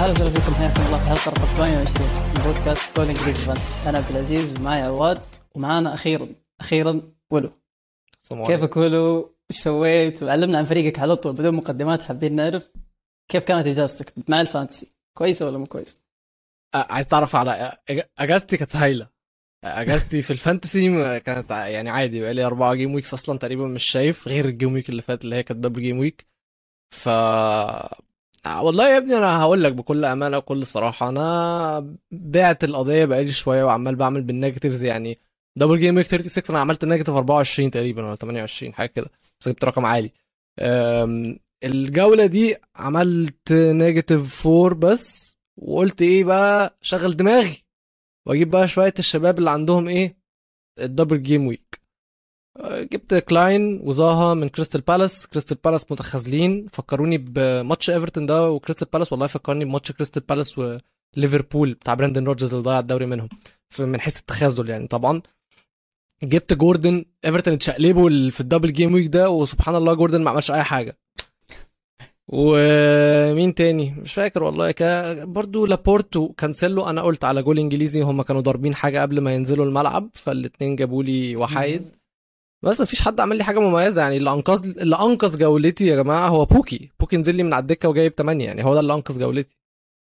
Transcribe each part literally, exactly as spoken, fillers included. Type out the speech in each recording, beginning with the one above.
اهلا وسهلا فيكم، حياكم الله في حلقه رقم ثمانية وعشرين من بودكاست كول انجليزي فانس. انا عبد العزيز ومعي عواد، ومعانا اخيرا اخيرا ولو. السلام عليكم. كيفك ولو؟ ايش سويت؟ وعلمنا عن فريقك على طول بدون مقدمات، حابين نعرف كيف كانت اجازتك مع الفانتسي، كويسه ولا مو كويس؟ أ- عايز تعرف على أج- اجازتي كانت هايله. اجازتي في الفانتسي م- كانت ع- يعني عادي، بقى لي اربعه جيم ويكس اصلا تقريبا، مش شايف غير الجيم ويك اللي فات اللي هي كانت دبل جيم ويك. ف آه، والله يا ابني انا هقول لك بكل امانه وكل صراحه، انا بعت القضيه بقالي شويه وعمال بعمل بالنيجاتيفز يعني. دبل جيم ويك ستة وثلاثين انا عملت نيجاتيف اربعة وعشرين تقريبا ولا تمانية وعشرين حاجه كده، بس جبت رقم عالي. أم، الجوله دي عملت نيجاتيف اربعة بس، وقلت ايه بقى، شغل دماغي واجيب بقى شويه الشباب اللي عندهم ايه الدبل جيم ويك. جبت كلاين وزاها من كريستال بالاس. كريستال بالاس متخاذلين، فكروني بماتش ايفرتون ده وكريستال بالاس، والله فكرني بماتش كريستال بالاس وليفربول بتاع براندن روجرز اللي ضيع الدوري منهم، من حيث التخاذل يعني. طبعا جبت جوردن، ايفرتون اتشقلبوا في الدبل جيم ويك ده، وسبحان الله جوردن ما عملش اي حاجه. ومين تاني مش فاكر والله، كا برضو لابورت وكانسيلو. انا قلت على جول انجليزي، هم كانوا ضاربين حاجه قبل ما ينزلوا الملعب، فالاتنين جابوا لي وحايد. بس مفيش حد عمل لي حاجه مميزه يعني. اللي انقذ اللي انقذ جولتي يا جماعه هو بوكي. بوكي نزل لي من على الدكه وجايب تمانية، يعني هو ده اللي انقذ جولتي.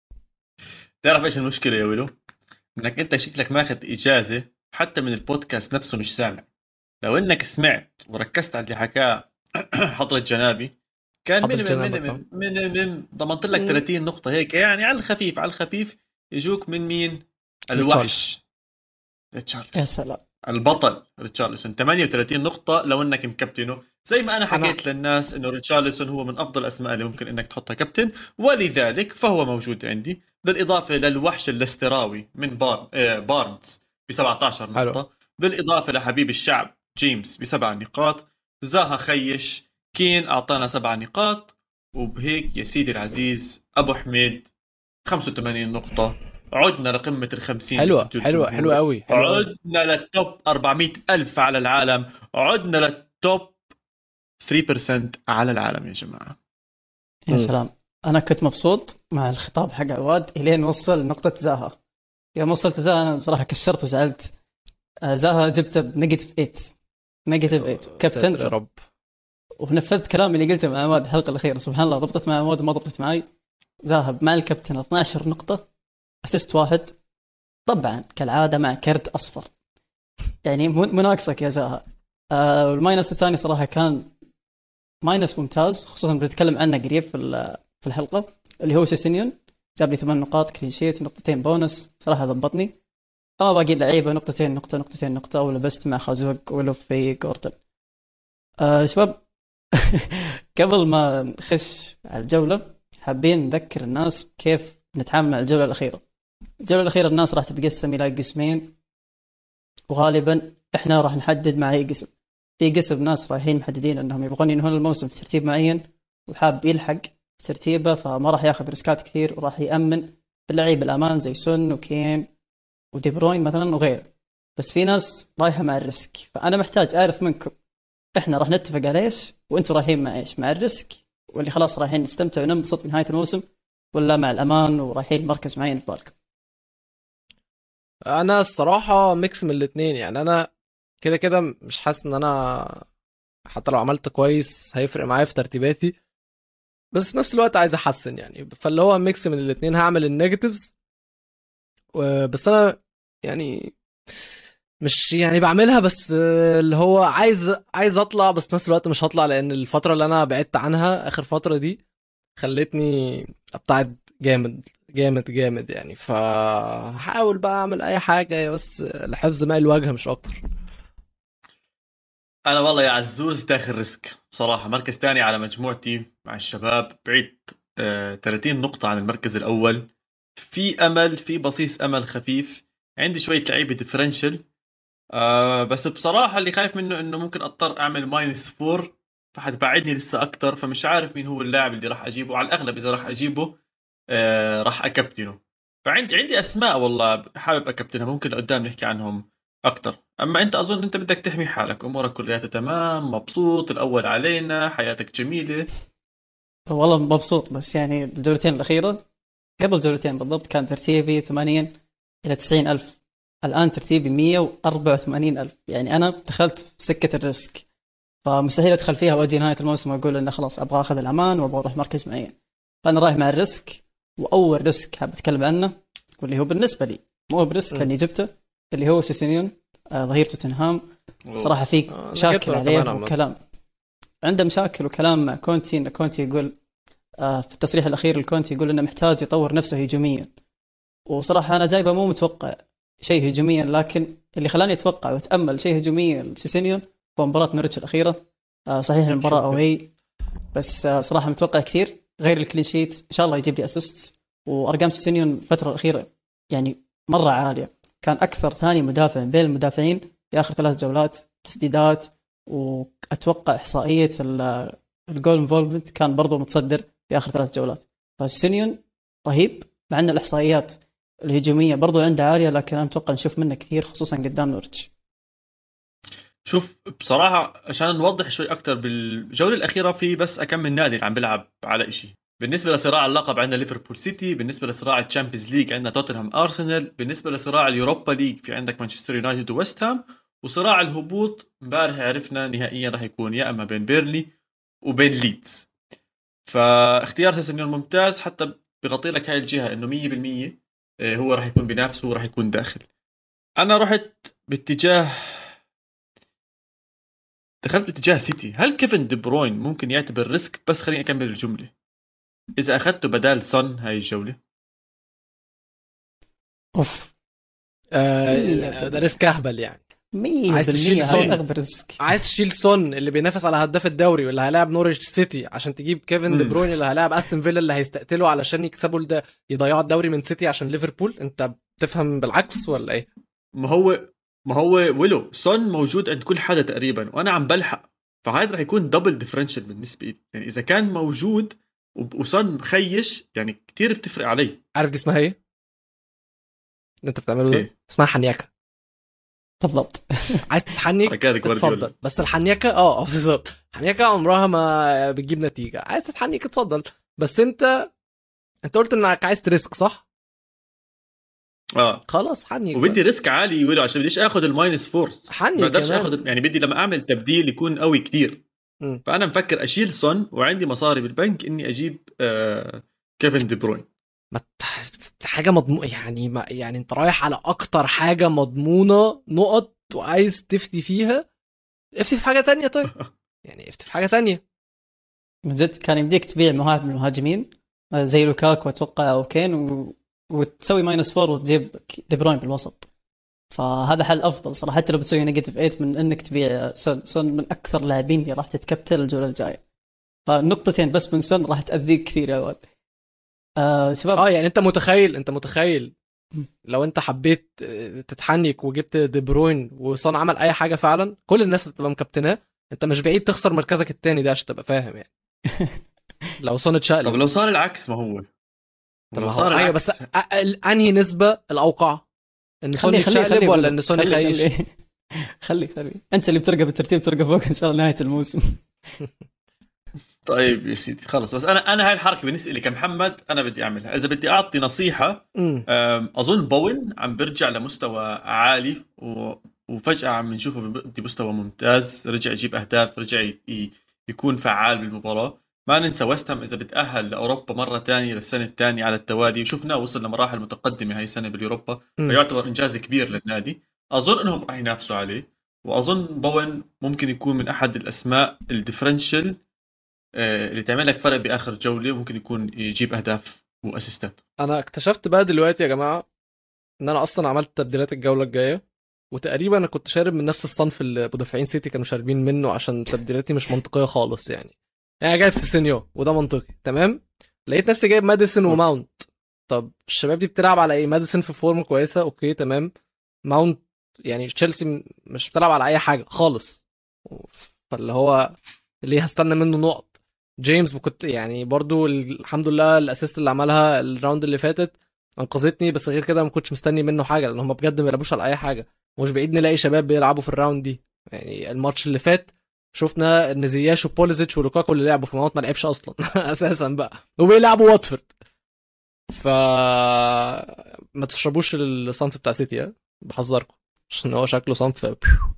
تعرف ايش المشكله يا ويلو؟ انك انت شكلك ماخذ اجازه حتى من البودكاست نفسه مش سامع. لو انك سمعت وركزت على اللي حكاه حضرة جنابي كان حضرة من جنابك من اه. من من ضمنت لك مم. ثلاثين نقطه هيك، يعني على الخفيف على الخفيف يجوك من مين؟ ريتشارلسون. الوحش يا ريتشارلسون، سلام. البطل ريتشارلسون. ثمانية وثلاثين نقطة لو انك مكابتنه، زي ما انا انا حكيت للناس انه ريتشارلسون هو من افضل الاسماء اللي ممكن انك تحطها كابتن، ولذلك فهو موجود عندي، بالاضافة للوحش الاستراوي من بار... آه بارنز ب سبعة عشر حلو. نقطة، بالاضافة لحبيب الشعب جيمس بسبع نقاط، زاها خيش كين اعطانا سبع نقاط، وبهيك يا سيدي العزيز ابو حميد خمسة وثمانين نقطة. عدنا لقمة الخمسين حلوه بسجل حلوه حلوه الجمهور، قوي حلوه قوي. عدنا للتوب أربعمائة ألف على العالم، عدنا للتوب ثلاثة بالمئة على العالم يا جماعة. يا مم. سلام، انا كنت مبسوط مع الخطاب حق عواد الين وصل نقطه زاها. يوم وصلت زاها انا بصراحه كشرت وزعلت. آه، زاها جبته بنيجاتيف ثمانية، نيجاتيف ثمانية ساتر يا كابتنت، رب. ونفذت كلامي اللي قلته مع عواد الحلقه الاخيره. سبحان الله ضبطت مع عواد وما ضبطت معي. ذهب مع الكابتن اثنا عشر نقطه، اسيست واحد، طبعا كالعاده مع كرت اصفر، يعني مو مو ناقصك يا زاها. آه والماينس الثاني صراحه كان ماينس ممتاز، خصوصا بنتكلم عنه قريب في ال- في الحلقه، اللي هو سيسينيون. جاب لي ثمان نقاط كلين شيت، نقطتين بونس، صراحه ضبطني. اما باقي اللعيبه نقطتين نقطه نقطتين نقطه، ولبست مع خازوق ولف في جوردن. آه شباب قبل ما نخش على الجوله، حابين نذكر الناس كيف نتعامل مع الجوله الاخيره. الجوله الاخيره الناس راح تتقسم الى قسمين، وغالبا احنا راح نحدد مع اي قسم. في قسم ناس رايحين محددين انهم يبغون ينهون الموسم في ترتيب معين، وحاب يلحق في ترتيبه، فما راح ياخذ ريسكات كثير، وراح يامن باللعيبه الامان زي سون وكين ودي بروين مثلا وغيره. بس في ناس رايحه مع الريسك، فانا محتاج اعرف منكم احنا راح نتفق على ايش، وانتم رايحين مع ايش، مع الريسك واللي خلاص رايحين نستمتع وننبسط بنهايه الموسم، ولا مع الامان ورايحين مركز معين في بالكم؟ انا الصراحه ميكس من الاثنين يعني. انا كده كده مش حاسس ان انا حتى لو عملت كويس هيفرق معايا في ترتيباتي، بس في نفس الوقت عايز احسن يعني. فاللي هو ميكس من الاثنين، هعمل النيجاتيفز بس انا يعني مش يعني بعملها بس، آه، اللي هو عايز عايز اطلع، بس في نفس الوقت مش هطلع، لان الفتره اللي انا بعدت عنها اخر فتره دي خلتني ابتعد جامد جامد جامد يعني. فحاول بقى اعمل اي حاجه بس لحفظ ماء الواجهه مش اكتر. انا والله يا عزوز داخل ريسك بصراحة، مركز تاني على مجموعتي مع الشباب، بعيد آه ثلاثين نقطة عن المركز الاول. في امل، في بصيص امل خفيف، عندي شوية لعيبة ديفرنشل. آه بس بصراحة اللي خايف منه انه ممكن اضطر اعمل ماينس فور، فحتبعدني لسه اكتر. فمش عارف مين هو اللاعب اللي راح اجيبه. على الاغلب اذا راح اجيبه آه راح اكابتنه. فعندي عندي اسماء والله حابب اكابتنها، ممكن قدام نحكي عنهم اكتر. اما انت اظن انت بدك تحمي حالك، امورك كلها تمام، مبسوط، الاول علينا، حياتك جميلة. والله مبسوط، بس يعني الجولتين الاخيره قبل جولتين بالضبط كان ترتيبي ثمانين إلى تسعين ألف، الآن ترتيبي مية وأربعة وثمانين ألف. يعني أنا دخلت في سكة الريسك، فمستحيل أدخل فيها وأجي نهاية الموسم وأقول إنه خلاص أبغى أخذ الأمان وأبغى أروح مركز معين. فأنا رايح مع الريسك. وأول ريسك حاب أتكلم عنه واللي هو بالنسبة لي مو بريسك اللي جبته، اللي هو سيسينيون آه ظهير توتنهام. صراحة في آه، أنا مشاكل جبته عليه كمان عامة. وكلام، عنده مشاكل وكلام مع كونتي. إن كونتي يقول آه في التصريح الأخير الكونتي يقول إنه محتاج يطور نفسه هجوميا. وصراحة أنا جايبه مو متوقع شيء هجوميا، لكن اللي خلاني أتوقع وأتأمل شيء هجوميا لسيسينيون هو مباراة نوريتش الأخيرة. آه صحيح المباراة أوهي، بس آه صراحة متوقع كثير. غير الكلين شيت إن شاء الله يجيب لي أسيست. وأرقام سيسينيون الفترة الأخيرة يعني مرة عالية، كان أكثر ثاني مدافع بين المدافعين في آخر ثلاث جولات تسديدات. وأتوقع إحصائية الجول انفولفمنت كان برضو متصدر في آخر ثلاث جولات. فسيسينيون رهيب، مع أن الإحصائيات الهجومية برضو عنده عالية، لكن أنا أتوقع نشوف منه كثير خصوصا قدام نورتش. شوف بصراحة عشان نوضح شوي أكتر، بالجولة الأخيرة في بس أكم من نادي عم بيلعب على إشي. بالنسبة لصراع اللقب عندنا ليفربول سيتي، بالنسبة لصراع الشامبيونز ليج عندنا توتنهام أرسنال، بالنسبة لصراع اليوروبا ليج في عندك مانشستر يونايتد وويست هام، وصراع الهبوط امبارح عرفنا نهائيا راح يكون يا أما بين بيرلي وبين ليدز. فاختيار سيسينيون ممتاز، حتى بغطي لك هاي الجهة إنه مية بالمية هو راح يكون بنفسه وراح يكون داخل. أنا رحت باتجاه دخلت باتجاه سيتي. هل كيفن دي بروين ممكن يعتبر ريسك؟ بس خليني أكمل الجملة. إذا أخذته بدال سون هاي الجولة، أوف آه ده ريسك اهبل يعني. مية عايز تشيل بالمية سون. هاي أغبى ريسك. عايز تشيل سون اللي بينافس على هداف الدوري واللي هيلاعب نوريتش سيتي عشان تجيب كيفن دي مم. بروين اللي هيلاعب استون فيلا اللي هيستقتلوا علشان يكسبوا ده يضيعوا الدوري من سيتي عشان ليفربول؟ انت بتفهم بالعكس ولا ايه؟ ما هو ما هو ولو سون موجود عند كل حدا تقريبا وأنا عم بلحق، فهذا راح يكون دبل ديفرنشال بالنسبة لي. يعني إذا كان موجود وسون مخيش يعني كتير بتفرق علي. عارف دي اسمها ايه اللي انت بتعمله ده؟ إيه؟ اسمها حنيكه. بالضبط. عايز تتحنيك حركات جوارديولا. اتفضل، بس الحنيكه اه بالظبط حنيكه عمرها ما بتجيب نتيجه. عايز تتحنيك اتفضل، بس انت انت قلت انك عايز تريسك صح؟ اه خلاص حنيك وبدي بقى. ريسك عالي ولو عشان بديش اخذ الماينس فورس، حنيك ما بقدرش كمان. اخذ يعني بدي لما اعمل تبديل يكون قوي كتير. مم. فانا مفكر اشيل سون وعندي مصاري بالبنك اني اجيب آه كيفن دي بروين. ما ت- حاجه مضمون يعني، ما يعني انت رايح على اكتر حاجه مضمونه نقط وعايز تفتي فيها. افتي في حاجه تانية طيب. يعني افتي في حاجه تانية. من جد كان يمديك تبيع مهاجم من المهاجمين آه زي لوكاكو أتوقع أو كين و... وتسوي ماينس فور وتجيب دي بروين بالوسط. فهذا حل أفضل صراحة، حتى لو بتسوي نيجاتيف ثمانية من إنك تبيع سون. سون من أكثر لاعبين اللي راح تتكبتل الجولة الجاية، فنقطتين بس من سون راح تأذيك كثير يا ولد. آه شباب. اه يعني انت متخيل انت متخيل لو انت حبيت تتحنك وجبت دي بروين وصون عمل اي حاجه فعلا كل الناس هتبقى مكابتناه. انت مش بعيد تخسر مركزك التاني ده عشان تبقى فاهم يعني. لو صون اتشقلب. طب لو صار العكس ما هو طب لو هو صار ايوه العكس بس أ- ال- انهي نسبه الاوقع؟ ان سون خلي خلي يتشقلب خلي ولا ان سون خلي يخيش؟ خلي, خلي خلي انت اللي بترقى بالترتيب ترقى فوق ان شاء الله نهايه الموسم. طيب يا سيدي خلص. بس انا انا هاي الحركه بالنسبه لي كمحمد انا بدي اعملها. اذا بدي اعطي نصيحه امم أم، اظن بوين عم برجع لمستوى عالي و... وفجاه عم نشوفه بدي مستوى ممتاز، رجع يجيب اهداف، رجع ي... يكون فعال بالمباراه. ما ننسى ويست هام اذا بتاهل لاوروبا مره تانية للسنه الثانيه على التوالي، وشفناه وصل لمراحل متقدمه هاي السنه باليوروبا، مم. فيعتبر انجاز كبير للنادي. اظن انهم راح ينافسوا عليه، واظن بوين ممكن يكون من احد الاسماء الديفرنشال آه، اللي تعمل لك فرق باخر جوله، وممكن يكون يجيب اهداف واسيستات. انا اكتشفت بقى دلوقتي يا جماعه ان انا اصلا عملت تبديلات الجوله الجايه، وتقريبا انا كنت شارب من نفس الصنف اللي مدافعين سيتي كانوا شاربين منه عشان تبديلاتي مش منطقيه خالص يعني. يعني جايب سيسينيو وده منطقي تمام، لقيت نفسي جايب ماديسون وماونت. طب الشباب دي بتلعب على ايه؟ ماديسون في فورم كويسه اوكي تمام، ماونت يعني تشيلسي مش بتلعب على اي حاجه خالص، فاللي هو اللي هستنى منه نقط. جيمس كنت يعني برضو الحمد لله الاسيست اللي عملها الراوند اللي فاتت انقذتني، بس غير كده ما كنتش مستني منه حاجه لان هم بجد ما يلعبوش على اي حاجه، ومش بعيد نلاقي شباب بيلعبوا في الراوند دي. يعني الماتش اللي فات شفنا ان زياش وبوليزيتش ولوكاكو اللي لعبوا في ماونت ما لعبش اصلا اساسا بقى، وبيلعبوا واتفورد. ف ما تشربوش الصنف بتاع سيتي ها؟ بحذركم عشان هو شكله صنف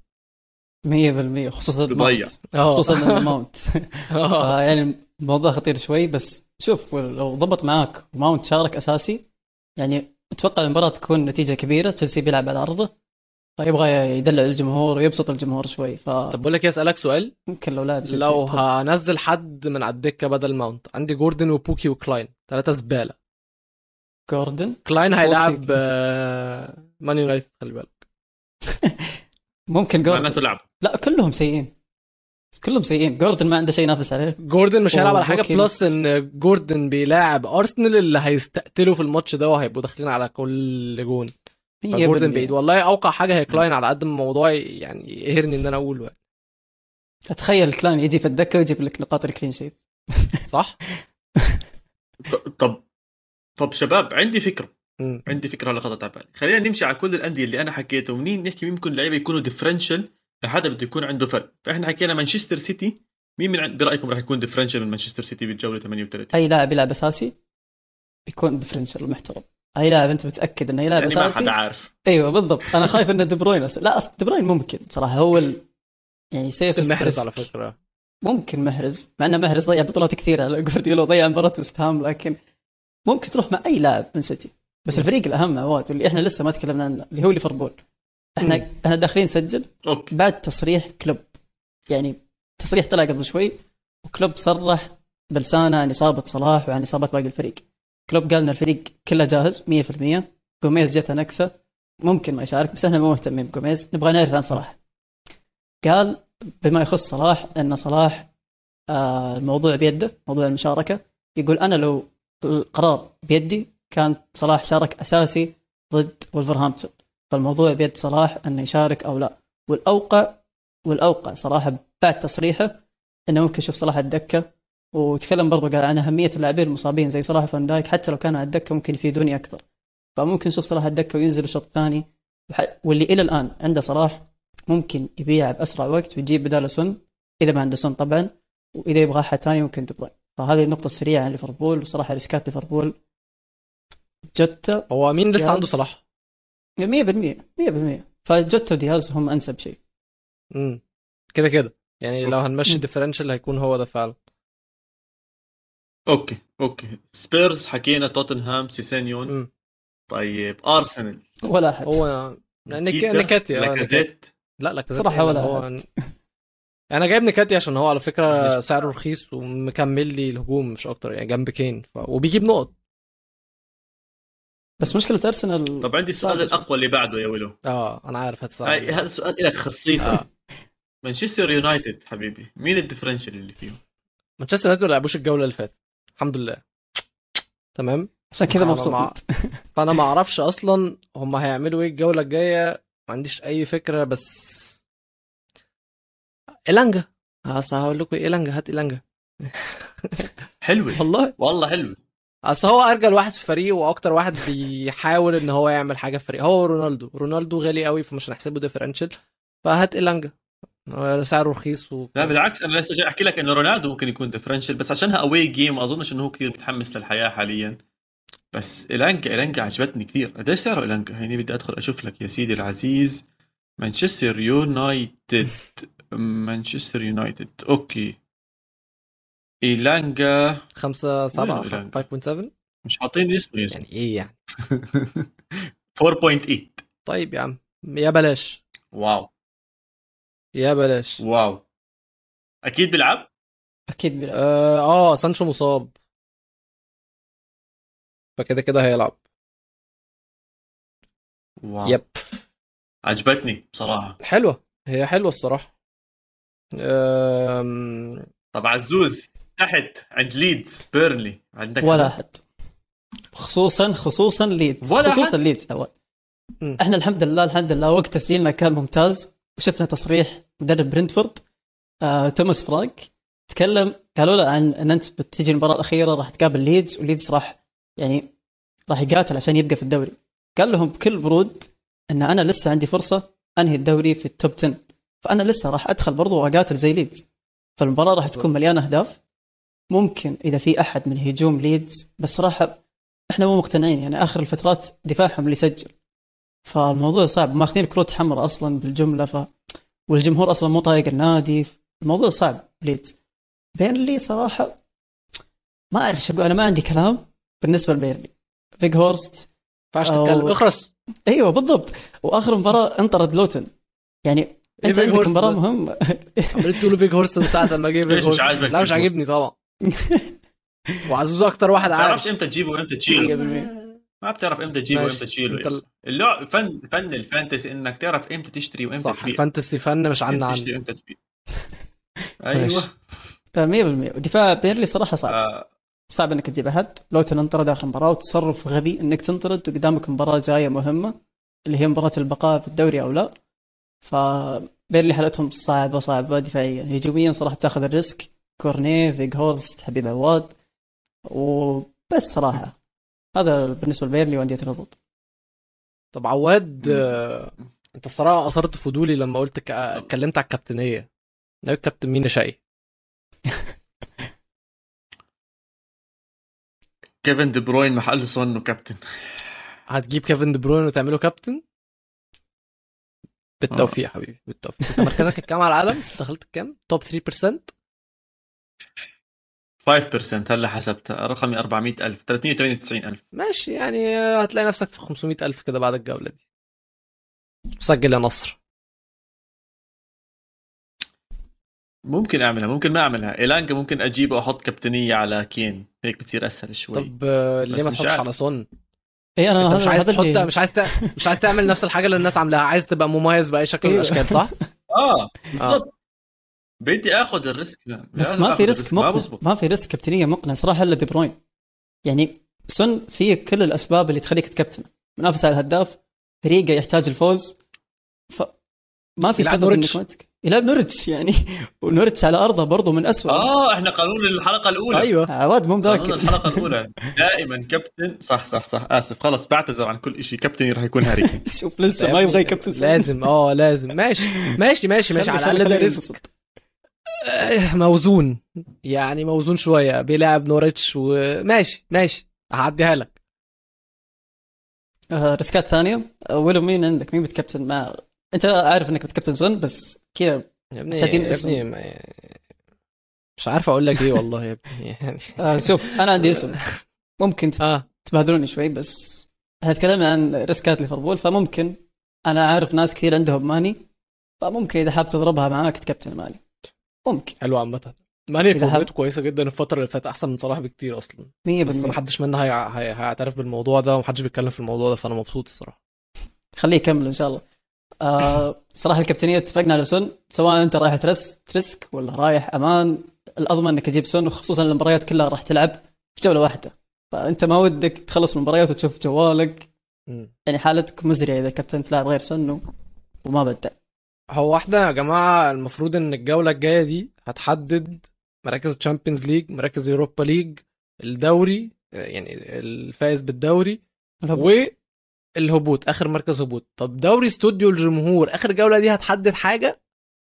مية بالمية خصوصا تضيع. الماونت خصوصا الماونت آه يعني الموضوع خطير شوي. بس شوف لو ضبط معاك وماونت شارك أساسي يعني أتوقع المباراة تكون نتيجة كبيرة. تشيلسي بيلعب على أرضه فيبغى يدلع الجمهور ويبسط الجمهور شوي. ف طب بقول لك اسالك سؤال، ممكن لو لاعب لو هنزل حد من على الدكه بدل ماونت، عندي جوردن وبوكي وكلاين ثلاثه زباله. جوردن كلاين هيلعب مان يونايتد خلي بالك. ممكن جوردن معناته لعب. لا كلهم سيئين كلهم سيئين. جوردن ما عنده شيء ينافس عليه. جوردن مش هيلعب على حاجه وبوكي بلس مش- ان جوردن بيلاعب ارسنال اللي هيستقتلوا في الماتش ده وهيبقوا داخلين على كل جون. مية فجوردن بالمية. بعيد والله. اوقع حاجه هي كلاين على قد ما الموضوع يعني يقهرني ان انا اقوله اتخيل كلان يجي في الدكه ويجيب لك نقاط الكلين شيت. صح. ط- طب طب شباب عندي فكره مم. عندي فكره هلا خطرت على بالي. خلينا نمشي على كل الانديه اللي انا حكيته ومنين نحكي مين ممكن لعيبه يكونوا ديفرنشال لحدا بده يكون عنده فرق. فاحنا حكينا مانشستر سيتي، مين من عند- برايكم راح يكون ديفرنشال من مانشستر سيتي بالجوله ثمانية وثلاثين؟ اي لاعب يلعب اساسي بيكون ديفرنشال محترم. اي لاعب انت متاكد انه يلعب يعني ما اساسي. حدا عارف. ايوه بالضبط. انا خايف ان دي بروين أس... لا أصل دي بروين ممكن صراحه هو ال... يعني سيف محرز على فكره. ممكن محرز مع انه محرز ضيع بطولات كثيره على جوارديولا ضيع مباراه وست هام. لكن ممكن تروح مع اي لاعب من سيتي. بس الفريق الاهم عواد اللي احنا لسه ما تكلمنا عنه اللي هو ليفربول. احنا مم. احنا داخلين نسجل اوكي بعد تصريح كلوب. يعني تصريح طلع قبل شوي وكلوب صرح بلسانه عن اصابه صلاح وعن اصابه باقي الفريق. كلوب قال ان الفريق كله جاهز مية بالمية. جوميز جته نكسه ممكن ما يشارك بس احنا مو مهتمين بجوميز نبغى نعرف عن صلاح. قال بما يخص صلاح ان صلاح آه الموضوع بيده موضوع المشاركه. يقول انا لو القرار بيدي كان صلاح شارك اساسي ضد ولفرهامبتون. فالموضوع بيد صلاح انه يشارك او لا. والاوقع والاوقع صراحه بعد تصريحه انه ممكن يشوف صلاح على الدكه. وتكلم برضو قال عن اهميه اللاعبين المصابين زي صلاح وفان دايك حتى لو كانوا على الدكه ممكن يفيدوني اكثر. فممكن نشوف صلاح على الدكه وينزل الشوط الثاني. واللي الى الان عنده صلاح ممكن يبيع باسرع وقت ويجيب بداله سن اذا ما عنده سن طبعا. واذا يبغى احد ثاني ممكن دي بروين. فهذه النقطه السريعه عن ليفربول. وصراحه ريسكات ليفربول جوتا هو مين لسه دياز. عنده صلاح؟ مية بالمية مية بالمية. فجوتا ودياز هم انسب شيء. امم كده كده يعني لو هنمشي مم. ديفرنشال هيكون هو ده فعلا. اوكي اوكي سبيرز حكينا، توتنهام سيسينيون. امم طيب ارسنال ولا احد هو نك... نيكيتا، نكاتي اه نكاتي. لاكازيت. لا لا صراحة ولا هو أحد. انا جايب نكاتي عشان هو على فكره معلش. سعره رخيص ومكمل لي الهجوم مش اكتر يعني جنب كين ف... وبيجيب نقط. بس مشكلة أرسنال. طب عندي السؤال صعب الاقوى اللي بعده يا ولو. اه انا عارف هاي هتساعد. هذا السؤال لك خصيصا. آه. مانشستر يونايتد حبيبي، مين الديفرنشال اللي فيهم؟ مانشستر يونايتد ما لعبوش الجوله اللي فاتت الحمد لله. تمام. عشان كذا أنا مبسوط. مع- فانا ما اعرفش اصلا هم هيعملوا ايه الجوله الجايه، ما عنديش اي فكره. بس إيلانجا اصل هقول لكم إيلانجا هات إيلانجا حلوة والله. والله حلوة. اصل هو ارجل واحد في فريق واكتر واحد بيحاول ان هو يعمل حاجه في فريق هو رونالدو. رونالدو غالي قوي فمش هنحسبه ديفرنشال. فهات إيلانجا هو سعره رخيص و... لا بالعكس انا لسه جاي احكي لك انه رونالدو ممكن يكون ديفرنشال بس عشانها اواي جيم ما اظنش انه هو كثير متحمس للحياه حاليا. بس إيلانجا إيلانجا عجبتني كثير. قديش سعره إيلانجا؟ هيني بدي ادخل اشوف لك يا سيدي العزيز. مانشستر يونايتد مانشستر يونايتد اوكي. إيلانجا خمسة سبعة وينه إيلانجا؟ خمسة فاصلة سبعة مش حاطين اسمه يا زلمه. يعني ايه يعني. أربعة فاصلة ثمانية. طيب يا عم يا بلاش واو يا بلاش. واو اكيد بيلعب. أكيد بيلعب. اه, آه سانشو مصاب فكده كده هيلعب. واو يب عجبتني بصراحه. حلوة هي حلوة الصراحة. أم... طب عزوز تحت عند ليدز بيرنلي عندك ولا حدا؟ أحد. خصوصا خصوصا ليدز ولا خصوصا أحد؟ ليدز أول. مم. احنا الحمد لله الحمد لله وقت تسجيلنا كان ممتاز. وشفنا تصريح مدرب برينتفورد آه، توماس فراغ تكلم. قالوا له عن ان انت بتجي المباراه الاخيره راح تقابل ليدز وليدز راح يعني راح يقاتل عشان يبقى في الدوري. قال لهم بكل برود ان انا لسه عندي فرصه انهي الدوري في التوب عشرة. فانا لسه راح ادخل برضو واقاتل زي ليدز. فالمباراه راح تكون مليانه اهداف. ممكن اذا في احد من هجوم ليدز بس راح احنا مو مقتنعين، يعني اخر الفترات دفاعهم اللي يسجل، فالموضوع صعب، ماخذين كروت حمراء اصلا بالجمله، ف والجمهور اصلا مو طايق النادي، الموضوع صعب. ليدز بيرنلي صراحه ما اعرف ايش اقول، انا ما عندي كلام بالنسبه لبيرنلي. فيج هورست فاش تتكلم اخرس. ايوه بالضبط، واخر مباراه انطرد لوتن، يعني انت عندك مباراه مهمه. عملت تقولوا فيج هورست من ساعه ما جه فيج هورست. لا مش عاجبني طبعا. وعزوز اكتر واحد عارف. ما تعرفش امتى تجيبه وامتى تشيله، ما بتعرف امتى تجيبه وامتى تشيله. اللعب فن فن الفانتسي انك تعرف امتى تشتري وامتى تبيع. صح، الفانتسي فن مش عنا تشتري وامتى تبيع. ايوه مية بالمية. ودفاع بيرلي صراحه صعب آه. صعب انك تجيب احد. لو تنطرد اخر مباراه وتصرف غبي انك تنطرد وقدامك مباراه جايه مهمه اللي هي مباراه البقاء في الدوري او لا، فبيرلي حالتهم صعبه صعبه دفاعيا. هجوميا صراحه بتاخذ الريسك، كورنيه، فيج هورست، حبيب عواد، وبس صراحه هذا بالنسبه لبيرلي وانديه الهبوط. طب عواد آه، انت الصراحه اثرت فضولي لما قلت ك... اتكلمت على الكابتنيه. ناوي كابتن مين شقي؟ كيفن دي بروين محل سون وكابتن. هتجيب كيفن دي بروين وتعمله كابتن؟ بالتوفيق يا حبيبي بالتوفيق. انت مركزك الكام على العالم؟ دخلت الكام؟ توب ثلاثة بالمية؟ خمسة بالمية هلا حسبت رقمي أربعمية ألف، ثلاثمية وثمانية وتسعين ألف. ماشي، يعني هتلاقي نفسك في خمسمية ألف كده بعد الجولة دي. سجل يا نصر. ممكن اعملها ممكن ما اعملها. إيلانجا ممكن اجيبه واحط كابتنية على كين، هيك بتصير اسهل شوي. طب ليه ما تحطش على سون؟ ايه انا مش عايز تحط مش عايز ت... مش عايز تعمل نفس الحاجه اللي الناس عاملاها، عايز تبقى مميز باي شكل من الاشكال، صح؟ اه بالضبط. آه. بدي اخذ الريسك، بس ما في ريسك مقنع، ما في ريسك كابتنيه مقنع صراحه الا دي بروين. يعني سون فيه كل الاسباب اللي تخليك تكابتن، منافس على الهداف، فريقه يحتاج الفوز، فما في سبب انك تمسك. يلعب نورتش يعني، ونورتش على ارضه برضه من أسوأ. اه احنا قانون الحلقه الاولى. ايوه عواد مو مذاكر. قانون الحلقه الاولى دائما كابتن. صح صح صح اسف، خلص بعتذر عن كل شيء. كابتن راح يكون هاري. شوف لسه ما يبغى كابتن. لازم اه لازم ماشي ماشي ماشي ماشي على الاقل ده ريسك موزون، يعني موزون شويه. بيلعب نورتش وماشي ماشي هعديها لك. آه ريسكات ثانيه. ولو مين عندك؟ مين بتكابتن؟ مع انت عارف انك بتكابتن زون بس كذا يا ابني. يا ابني ما... مش عارف اقول لك ايه والله يا ابني يعني. آه شوف انا عندي اسم ممكن آه. تبادلوني شوي، بس احنا تكلمنا عن ريسكات ليفربول، فممكن انا عارف ناس كثير عندهم ماني، فممكن اذا حاب تضربها معاك تكابتن ماني ممكن. حلو عامه. ماني فورمته كويسه جدا الفتره اللي فاتت، احسن من صلاح بكتير اصلا. بس ما حدش منا هي... هي... هيعترف بالموضوع ده، وما حدش بيتكلم في الموضوع ده، فانا مبسوط الصراحه. خليه يكمل ان شاء الله. آه صراحه الكابتنيه اتفقنا على سون، سواء انت رايح ترس تريسك ولا رايح امان، الاضمن انك تجيب سون، وخصوصا المباريات كلها راح تلعب في جوله واحده، فانت ما ودك تخلص من المباريات وتشوف جوالك. م. يعني حالتك مزريه اذا كابتن تلعب غير سون وما بدع. هو احنا يا جماعه المفروض ان الجوله الجايه دي هتحدد مراكز الشامبيونز ليج، مراكز يوروبا ليج، الدوري يعني الفائز بالدوري و الهبوط، اخر مركز هبوط. طب دوري استوديو الجمهور اخر جوله دي هتحدد حاجه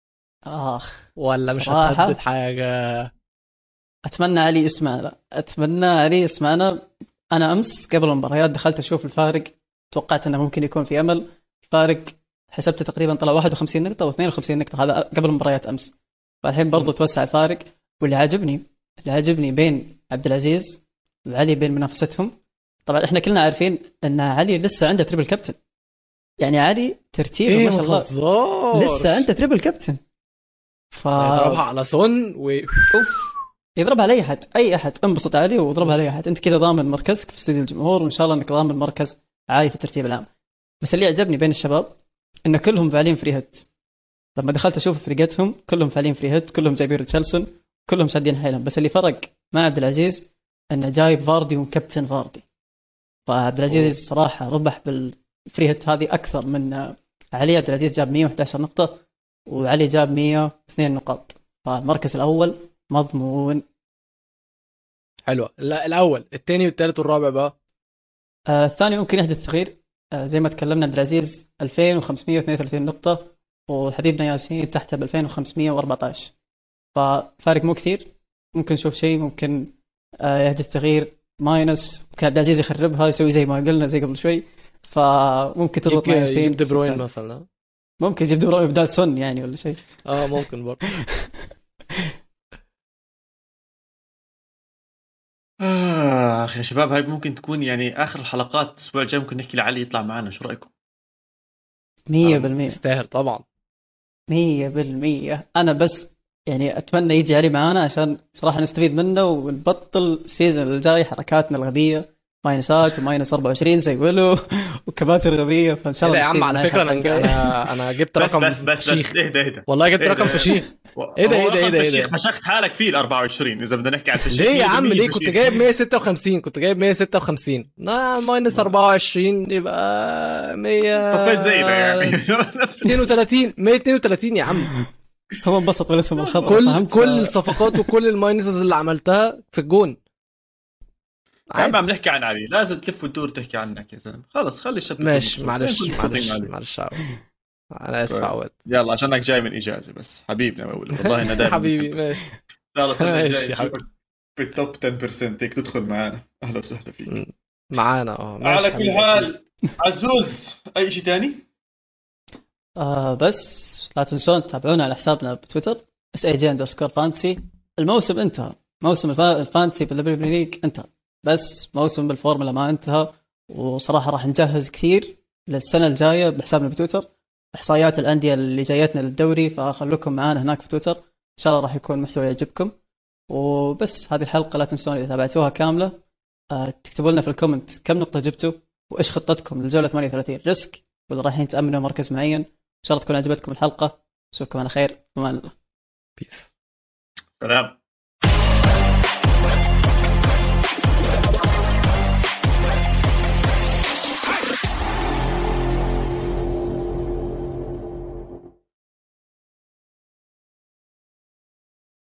اخ ولا مش هتحدد حاجه؟ اتمنى علي يسمعنا، اتمنى علي يسمعنا. انا امس قبل المباريات دخلت اشوف الفارق، توقعت انه ممكن يكون في امل. الفارق حسبته تقريبا طلع واحد وخمسين نقطه او اثنين وخمسين نقطه، هذا قبل مباريات امس. فالحين برضو توسع الفارق. واللي عجبني اللي عجبني بين عبد العزيز وعلي، بين منافستهم. طبعا احنا كلنا عارفين ان علي لسه عنده تريبل كابتن، يعني علي ترتيبه إيه ما شاء الله مخزار. لسه عنده تريبل كابتن، ف يضربها على سون و اوف يضربها على اي احد، اي احد انبسط عليه واضربها على اي احد. انت كذا ضامن مركزك في استوديو الجمهور، وان شاء الله انك ضامن مركز عالي في الترتيب العام. بس اللي عجبني بين الشباب ان كلهم فاعلين فري هيت. لما دخلت اشوف فريقتهم كلهم فاعلين فري هيت، كلهم جايبين ريتشارلسون، كلهم شادين حيلهم. بس اللي فرق مع عبد العزيز انه جايب فاردي وكابتن فاردي، فعبد العزيز صراحه ربح بالفري هيت هذه اكثر من علي. عبد العزيز جاب مية وإحدى عشر نقطه وعلي جاب مية واثنين نقاط، فالمركز الاول مضمون. حلوه. لا الاول الثاني والثالث والرابع بقى. آه الثاني ممكن يحدث تغيير. آه زي ما تكلمنا عبد العزيز ألفين وخمسمية واثنين وثلاثين نقطه، وحبيبنا ياسين تحته ب ألفين وخمسمية وأربعة عشر، ففارق مو كثير. ممكن نشوف شيء، ممكن آه يحدث تغيير ماينس كان عبد العزيز يخربها يسوي زي ما قلنا زي قبل شوي، فممكن تضغط مع ياسين يجيب دي بروين مثلا، ممكن يجيب دي بروين بدال سون يعني ولا شيء. اه ممكن برضه. آه يا شباب، هاي ممكن تكون يعني آخر الحلقات. الأسبوع الجاي ممكن نحكي لعلي يطلع معنا، شو رأيكم؟ مية بالمية يستاهل طبعا مية بالمية. أنا بس يعني أتمنى يجي علي معانا عشان صراحة نستفيد منه ونبطل السيزون الجاي حركاتنا الغبية، ماينسات وماينس أربعة وعشرين زي ولو وكباتر غبية. فإن شاء الله يا عم على فكرة أنا أنا أنا جبت بس رقم بس بس فشيخ. بس اهدى اهدى والله جبت إهدى رقم إهدى. فشيخ. ايه ده ايه ده ايه ده فشيخ؟ فشخت حالك فيه ال أربعة وعشرين اذا بدنا نحكي عن فشيخ. ليه يا عم ليه؟ كنت جايب مية وستة وخمسين كنت جايب مية وستة وخمسين نا ماينس أربعة وعشرين يبقى مية صفيت زينا يعني نفس اثنين وثلاثين مية واثنين وثلاثين يا عم. هو انبسط بالاسم الخضر. كل كل الصفقات وكل الماينسز اللي عملتها في الجون. يا عم عم نحكي عن علي، لازم تلف وتدور تحكي عنك يا زلمه. خلص خلي الشباب. ماشي معلش معلش معلش انا اسف عود. يلا عشانك جاي من اجازه بس حبيبنا والله انا دايما حبيبي ماشي ان شاء الله السنه الجايه نشوفك في التوب عشرة بالمية هيك تدخل معنا. اهلا وسهلا فيك معانا. اه على كل حال عزوز اي شيء تاني؟ آه بس لا تنسون تتابعونا على حسابنا بتويتر اس اي جي اندرسكور فانتسي. الموسم انتهى، موسم الفانتسي بالبريمير ليج انتهى، بس موسم بالفورمولا ما انتهى. وصراحه راح نجهز كثير للسنه الجايه بحسابنا بتويتر، احصائيات الانديه اللي جايتنا للدوري، فخلوكم معانا هناك في تويتر. ان شاء الله راح يكون محتوى يعجبكم. وبس هذه الحلقه لا تنسون اذا تابعتوها كامله آه تكتبوا لنا في الكومنت كم نقطه جبتوا وايش خطتكم للجوله ثمانية وثلاثين ريسك، واذا رايحين تامنوا مركز معين. ان شاء الله تكون عجبتكم الحلقه. اشوفكم على خير. بأمان الله. بيس. سلام.